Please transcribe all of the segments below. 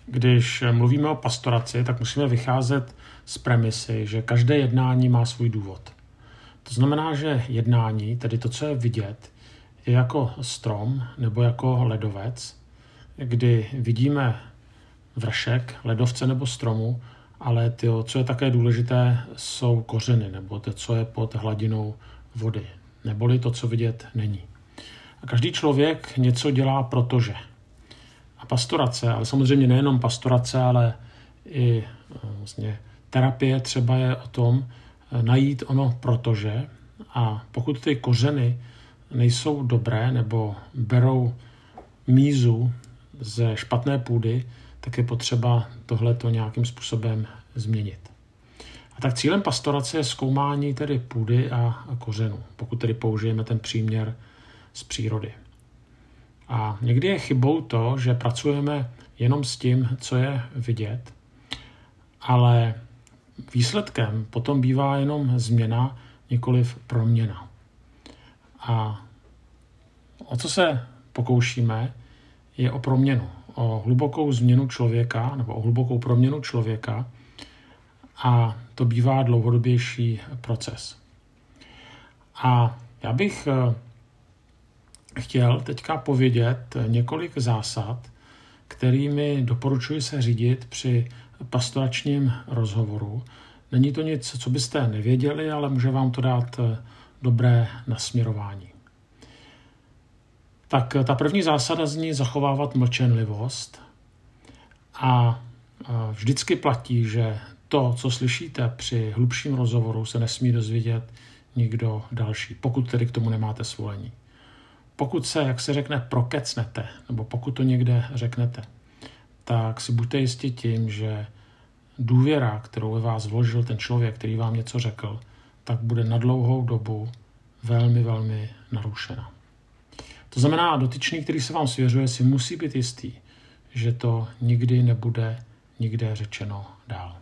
Když mluvíme o pastoraci, tak musíme vycházet z premisy, že každé jednání má svůj důvod. To znamená, že jednání, tedy to, co je vidět, je jako strom nebo jako ledovec, kdy vidíme vršek, ledovce nebo stromu, ale to, co je také důležité, jsou kořeny nebo to, co je pod hladinou vody, neboli to, co vidět není. A každý člověk něco dělá protože. A pastorace, ale samozřejmě nejenom pastorace, ale i vlastně terapie třeba je o tom najít ono protože. A pokud ty kořeny nejsou dobré nebo berou mízu ze špatné půdy, tak je potřeba tohleto nějakým způsobem změnit. A tak cílem pastorace je zkoumání tedy půdy a kořenů, pokud tedy použijeme ten příměr z přírody. A někdy je chybou to, že pracujeme jenom s tím, co je vidět, ale výsledkem potom bývá jenom změna, nikoliv proměna. A o co se pokoušíme, je o proměnu, o hlubokou změnu člověka nebo o hlubokou proměnu člověka a to bývá dlouhodobější proces. A já bych chtěl teďka povědět několik zásad, kterými doporučuji se řídit při pastoračním rozhovoru. Není to nic, co byste nevěděli, ale může vám to dát dobré nasměrování. Tak ta první zásada zní zachovávat mlčenlivost a vždycky platí, že to, co slyšíte při hlubším rozhovoru, se nesmí dozvědět nikdo další, pokud tedy k tomu nemáte svolení. Pokud se, jak se řekne, prokecnete, nebo pokud to někde řeknete, tak si buďte jistí tím, že důvěra, kterou ve vás vložil ten člověk, který vám něco řekl, tak bude na dlouhou dobu velmi, velmi narušena. To znamená, dotyčný, který se vám svěřuje, si musí být jistý, že to nikdy nebude nikde řečeno dál.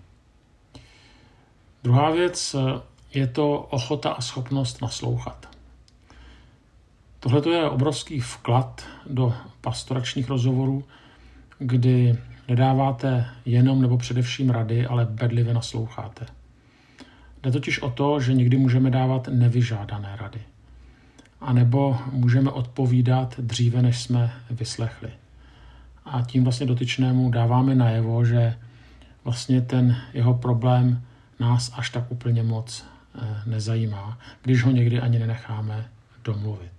Druhá věc je to ochota a schopnost naslouchat. Tohle je obrovský vklad do pastoračních rozhovorů, kdy nedáváte jenom nebo především rady, ale bedlivě nasloucháte. Jde totiž o to, že někdy můžeme dávat nevyžádané rady. A nebo můžeme odpovídat dříve, než jsme vyslechli. A tím vlastně dotyčnému dáváme najevo, že vlastně ten jeho problém nás až tak úplně moc nezajímá, když ho někdy ani nenecháme domluvit.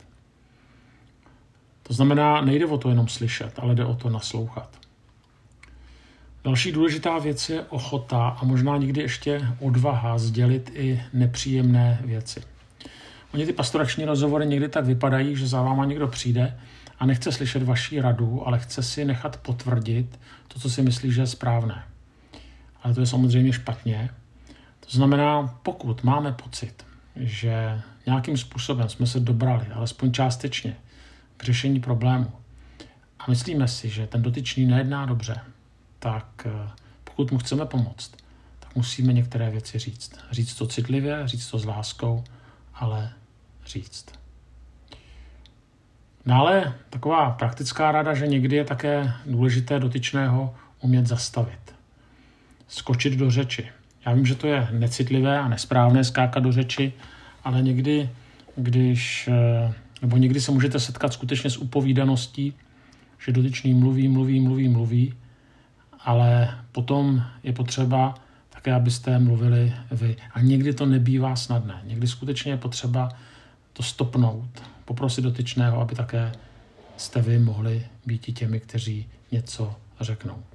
To znamená, nejde o to jenom slyšet, ale jde o to naslouchat. Další důležitá věc je ochota a možná někdy ještě odvaha sdělit i nepříjemné věci. Oni ty pastorační rozhovory někdy tak vypadají, že za váma někdo přijde a nechce slyšet vaši radu, ale chce si nechat potvrdit to, co si myslí, že je správné. Ale to je samozřejmě špatně. To znamená, pokud máme pocit, že nějakým způsobem jsme se dobrali, alespoň částečně, k řešení problému a myslíme si, že ten dotyčný nejedná dobře, tak pokud mu chceme pomoct, tak musíme některé věci říct. Říct to citlivě, říct to s láskou, ale říct. Dále taková praktická rada, že někdy je také důležité dotyčného umět zastavit. Skočit do řeči. Já vím, že to je necitlivé a nesprávné skákat do řeči, ale někdy, někdy se můžete setkat skutečně s upovídaností, že dotyčný mluví, ale potom je potřeba také, abyste mluvili vy. A někdy to nebývá snadné. Někdy skutečně je potřeba to stopnout, poprosit dotyčného, aby také jste vy mohli být i těmi, kteří něco řeknou.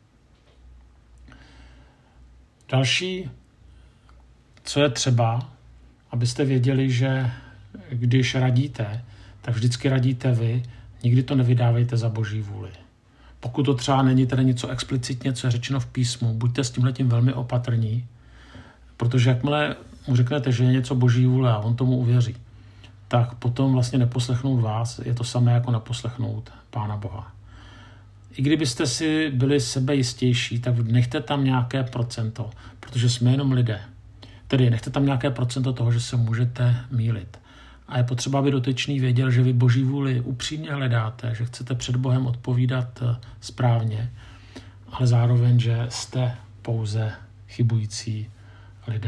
Další, co je třeba, abyste věděli, že když radíte, tak vždycky radíte vy, nikdy to nevydávejte za boží vůli. Pokud to třeba není tedy něco explicitně, co je řečeno v písmu, buďte s tímhletím velmi opatrní, protože jakmile mu řeknete, že je něco boží vůle a on tomu uvěří, tak potom vlastně neposlechnout vás je to samé jako neposlechnout Pána Boha. I kdybyste si byli sebejistější, tak nechte tam nějaké procento, protože jsme jenom lidé. Tedy nechte tam nějaké procento toho, že se můžete mýlit. A je potřeba, aby dotyčný věděl, že vy boží vůli upřímně hledáte, že chcete před Bohem odpovídat správně ale zároveň, že jste pouze chybující lidé.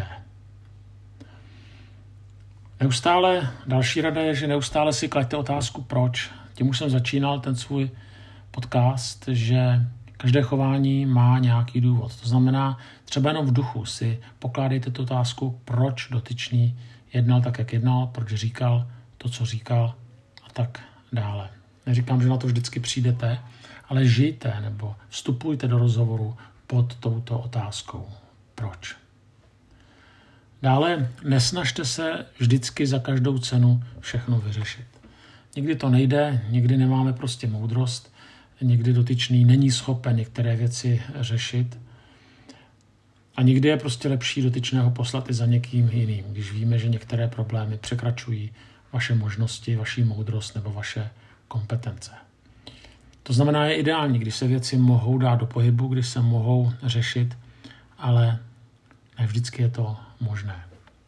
Další rada je, že neustále si klaďte otázku proč. Tím už jsem začínal ten svůj podcast, že každé chování má nějaký důvod. To znamená, třeba jenom v duchu si pokládejte tu otázku, proč dotyčný jednal tak, jak jednal, proč říkal to, co říkal a tak dále. Neříkám, že na to vždycky přijdete, ale žijte nebo vstupujte do rozhovoru pod touto otázkou. Proč? Dále nesnažte se vždycky za každou cenu všechno vyřešit. Někdy to nejde, někdy nemáme prostě moudrost, někdy dotyčný není schopen některé věci řešit a někdy je prostě lepší dotyčného poslat i za někým jiným, když víme, že některé problémy překračují vaše možnosti, vaši moudrost nebo vaše kompetence. To znamená, je ideální, když se věci mohou dát do pohybu, když se mohou řešit, ale ne vždycky je to možné.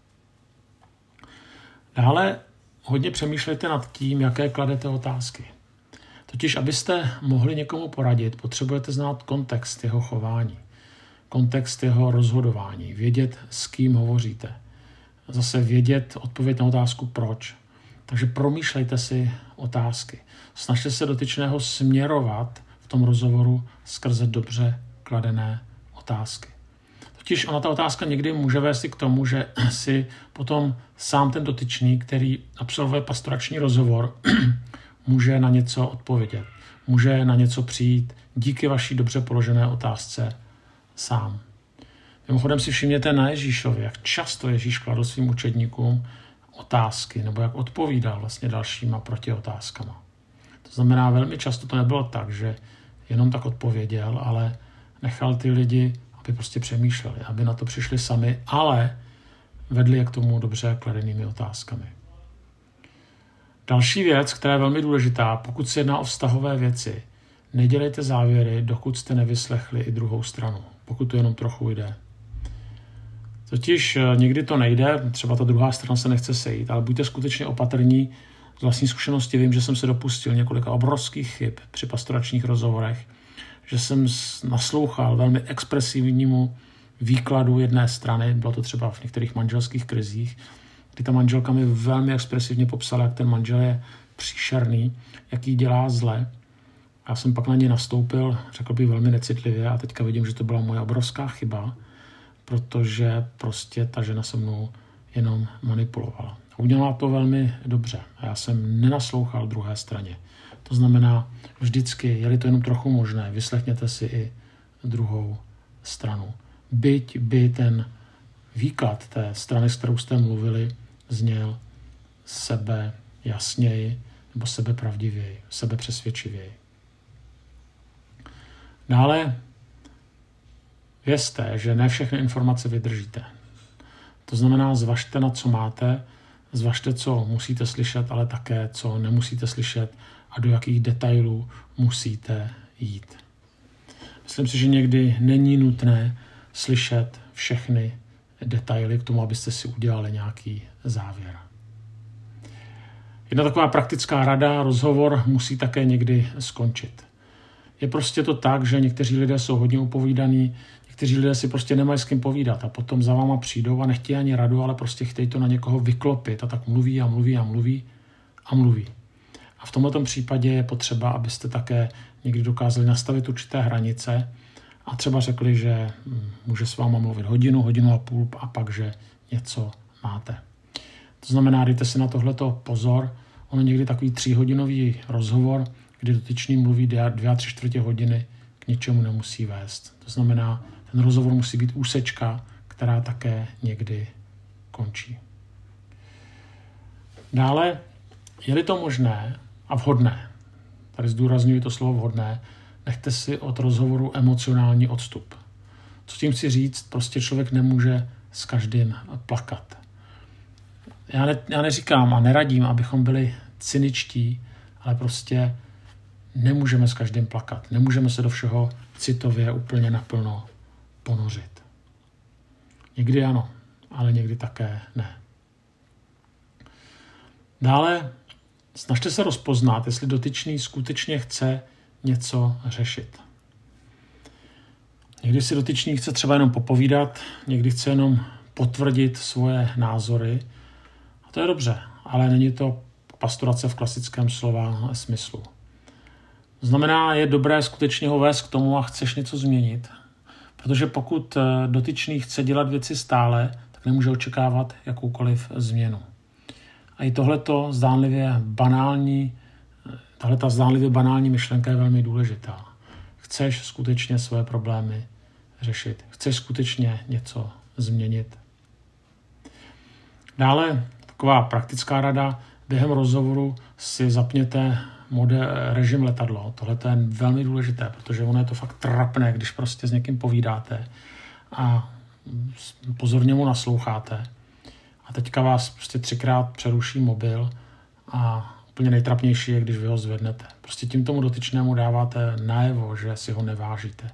Dále hodně přemýšlejte nad tím, jaké kladete otázky. Totiž, abyste mohli někomu poradit, potřebujete znát kontext jeho chování, kontext jeho rozhodování, vědět, s kým hovoříte. Zase vědět odpověď na otázku proč. Takže promýšlejte si otázky. Snažte se dotyčného směrovat v tom rozhovoru skrze dobře kladené otázky. Totiž ona ta otázka někdy může vést i k tomu, že si potom sám ten dotyčný, který absolvuje pastorační rozhovor, může na něco odpovědět. Může na něco přijít díky vaší dobře položené otázce sám. Mimochodem si všimněte na Ježíšovi, jak často Ježíš kladl svým učedníkům otázky, nebo jak odpovídal vlastně dalšíma protiotázkama. To znamená, velmi často to nebylo tak, že jenom tak odpověděl, ale nechal ty lidi, aby prostě přemýšleli, aby na to přišli sami, ale vedli je k tomu dobře kladenými otázkami. Další věc, která je velmi důležitá, pokud se jedná o vztahové věci, nedělejte závěry, dokud jste nevyslechli i druhou stranu, pokud to jenom trochu jde. Totiž někdy to nejde, třeba ta druhá strana se nechce sejít, ale buďte skutečně opatrní. Z vlastní zkušenosti vím, že jsem se dopustil několika obrovských chyb při pastoračních rozhovorech, že jsem naslouchal velmi expresivnímu výkladu jedné strany, bylo to třeba v některých manželských krizích, kdy ta manželka mi velmi expresivně popsala, jak ten manžel je příšerný, jak jí dělá zle. Já jsem pak na ně nastoupil, řekl bych velmi necitlivě a teďka vidím, že to byla moje obrovská chyba, protože prostě ta žena se mnou jenom manipulovala. A udělala to velmi dobře a já jsem nenaslouchal druhé straně. To znamená, vždycky, je-li to jenom trochu možné, vyslechněte si i druhou stranu. Byť by ten výklad té strany, s kterou jste mluvili, zněl sebe jasněji nebo sebe pravdivěji, sebe přesvědčivěji. Dále vězte, že ne všechny informace vydržíte. To znamená, zvažte, na co máte, zvažte, co musíte slyšet, ale také, co nemusíte slyšet a do jakých detailů musíte jít. Myslím si, že někdy není nutné slyšet všechny detaily k tomu, abyste si udělali nějaký závěr. Jedna taková praktická rada, rozhovor musí také někdy skončit. Je prostě to tak, že někteří lidé jsou hodně upovídaní, někteří lidé si prostě nemají s kým povídat a potom za váma přijdou a nechtějí ani radu, ale prostě chtějí to na někoho vyklopit a tak mluví a mluví a mluví a mluví. A v tomto případě je potřeba, abyste také někdy dokázali nastavit určité hranice a třeba řekli, že může s váma mluvit hodinu, hodinu a půl a pak, že něco máte. To znamená, dejte si na tohleto pozor. Ono někdy takový 3hodinový rozhovor, kdy dotyčný mluví 2-3/4 hodiny, k ničemu nemusí vést. To znamená, ten rozhovor musí být úsečka, která také někdy končí. Dále, je-li to možné a vhodné, tady zdůrazňuji to slovo vhodné, nechte si od rozhovoru emocionální odstup. Co tím chci říct, prostě člověk nemůže s každým plakat. Já neříkám a neradím, abychom byli cyničtí, ale prostě nemůžeme s každým plakat. Nemůžeme se do všeho citově úplně naplno ponořit. Někdy ano, ale někdy také ne. Dále snažte se rozpoznat, jestli dotyčný skutečně chce něco řešit. Někdy si dotyčný chce třeba jenom popovídat, někdy chce jenom potvrdit svoje názory. A to je dobře, ale není to pastorace v klasickém slova smyslu. To znamená, je dobré skutečně ho vést k tomu a chceš něco změnit. Protože pokud dotyčný chce dělat věci stále, tak nemůže očekávat jakoukoliv změnu. A i tahleta zdánlivě banální myšlenka je velmi důležitá. Chceš skutečně své problémy řešit. Chceš skutečně něco změnit. Dále taková praktická rada. Během rozhovoru si zapněte režim letadlo. Tohle je velmi důležité, protože ono je to fakt trapné, když prostě s někým povídáte a pozorně mu nasloucháte. A teďka vás prostě 3krát přeruší mobil a úplně nejtrapnější je, když vy ho zvednete. Prostě tím tomu dotyčnému dáváte najevo, že si ho nevážíte.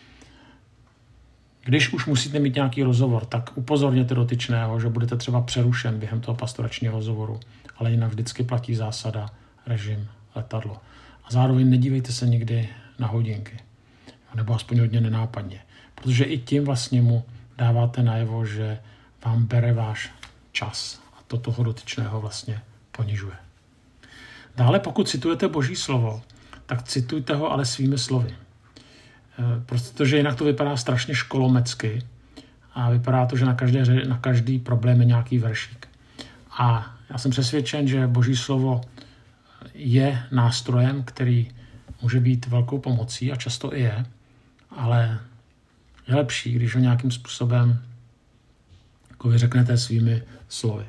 Když už musíte mít nějaký rozhovor, tak upozorněte dotyčného, že budete třeba přerušen během toho pastoračního rozhovoru, ale jinak vždycky platí zásada režim letadlo. A zároveň nedívejte se nikdy na hodinky, nebo aspoň hodně nenápadně, protože i tím vlastně mu dáváte najevo, že vám bere váš čas a to toho dotyčného vlastně ponižuje. Dále, pokud citujete Boží slovo, tak citujte ho ale svými slovy. Protože jinak to vypadá strašně školomecky a vypadá to, že na každý problém je nějaký veršík. A já jsem přesvědčen, že Boží slovo je nástrojem, který může být velkou pomocí a často i je, ale je lepší, když ho nějakým způsobem jako vy řeknete svými slovy.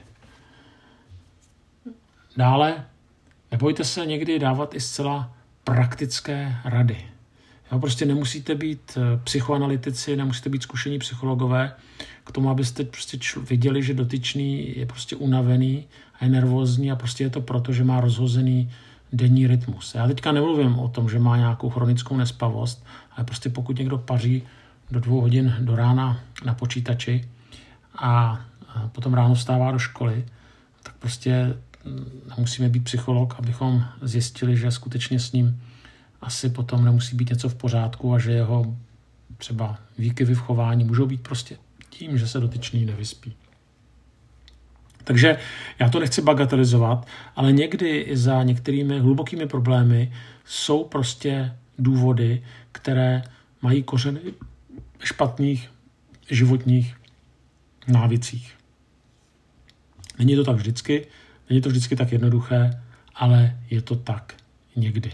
Dále, nebojte se někdy dávat i zcela praktické rady. Jo, prostě nemusíte být psychoanalytici, nemusíte být zkušení psychologové k tomu, abyste prostě viděli, že dotyčný je prostě unavený a je nervózní a prostě je to proto, že má rozhozený denní rytmus. Já teďka nemluvím o tom, že má nějakou chronickou nespavost, ale prostě pokud někdo paří do 2 hodin do rána na počítači a potom ráno vstává do školy, tak prostě musíme být psycholog, abychom zjistili, že skutečně s ním asi potom nemusí být něco v pořádku a že jeho třeba výkyvy v chování můžou být prostě tím, že se dotyčný nevyspí. Takže já to nechci bagatelizovat, ale někdy i za některými hlubokými problémy jsou prostě důvody, které mají kořeny v špatných životních návycích. Není to tak vždycky, není to vždycky tak jednoduché, ale je to tak někdy.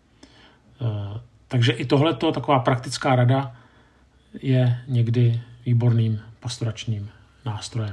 Takže i tohleto, taková praktická rada, je někdy výborným pastoračním nástrojem.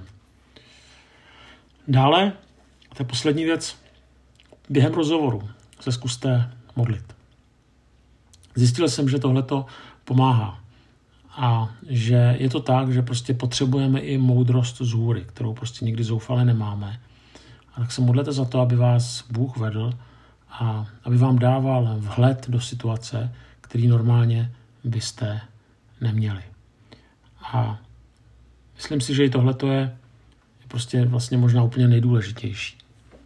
Dále, a to je poslední věc, během rozhovoru se zkuste modlit. Zjistil jsem, že tohleto pomáhá a že je to tak, že prostě potřebujeme i moudrost z hůry, kterou prostě nikdy zoufale nemáme. A tak se modlete za to, aby vás Bůh vedl a aby vám dával vhled do situace, který normálně byste neměli. A myslím si, že i tohleto je prostě vlastně možná úplně nejdůležitější.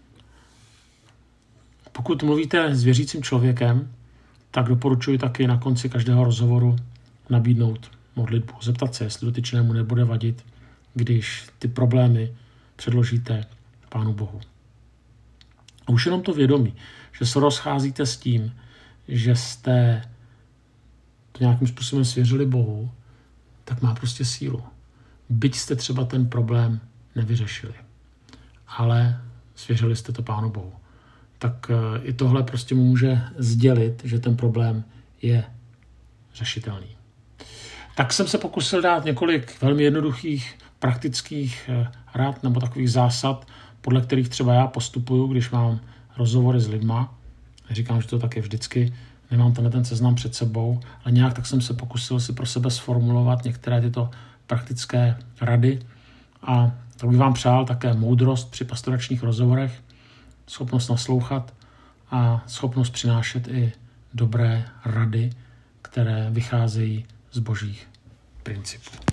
Pokud mluvíte s věřícím člověkem, tak doporučuji taky na konci každého rozhovoru nabídnout modlitbu. Zeptat se, jestli dotyčnému nebude vadit, když ty problémy předložíte Pánu Bohu. A už jenom to vědomí, že se rozcházíte s tím, že jste to nějakým způsobem svěřili Bohu, tak má prostě sílu. Byť jste třeba ten problém nevyřešili, ale svěřili jste to Pánu Bohu. Tak i tohle prostě mu může sdělit, že ten problém je řešitelný. Tak jsem se pokusil dát několik velmi jednoduchých, praktických rad nebo takových zásad, podle kterých třeba já postupuju, když mám rozhovory s lidma. Říkám, že to tak je vždycky, nemám ten seznam před sebou, ale nějak tak jsem se pokusil si pro sebe sformulovat některé tyto praktické rady a tak bych vám přál také moudrost při pastoračních rozhovorech, schopnost naslouchat a schopnost přinášet i dobré rady, které vycházejí z božích principů.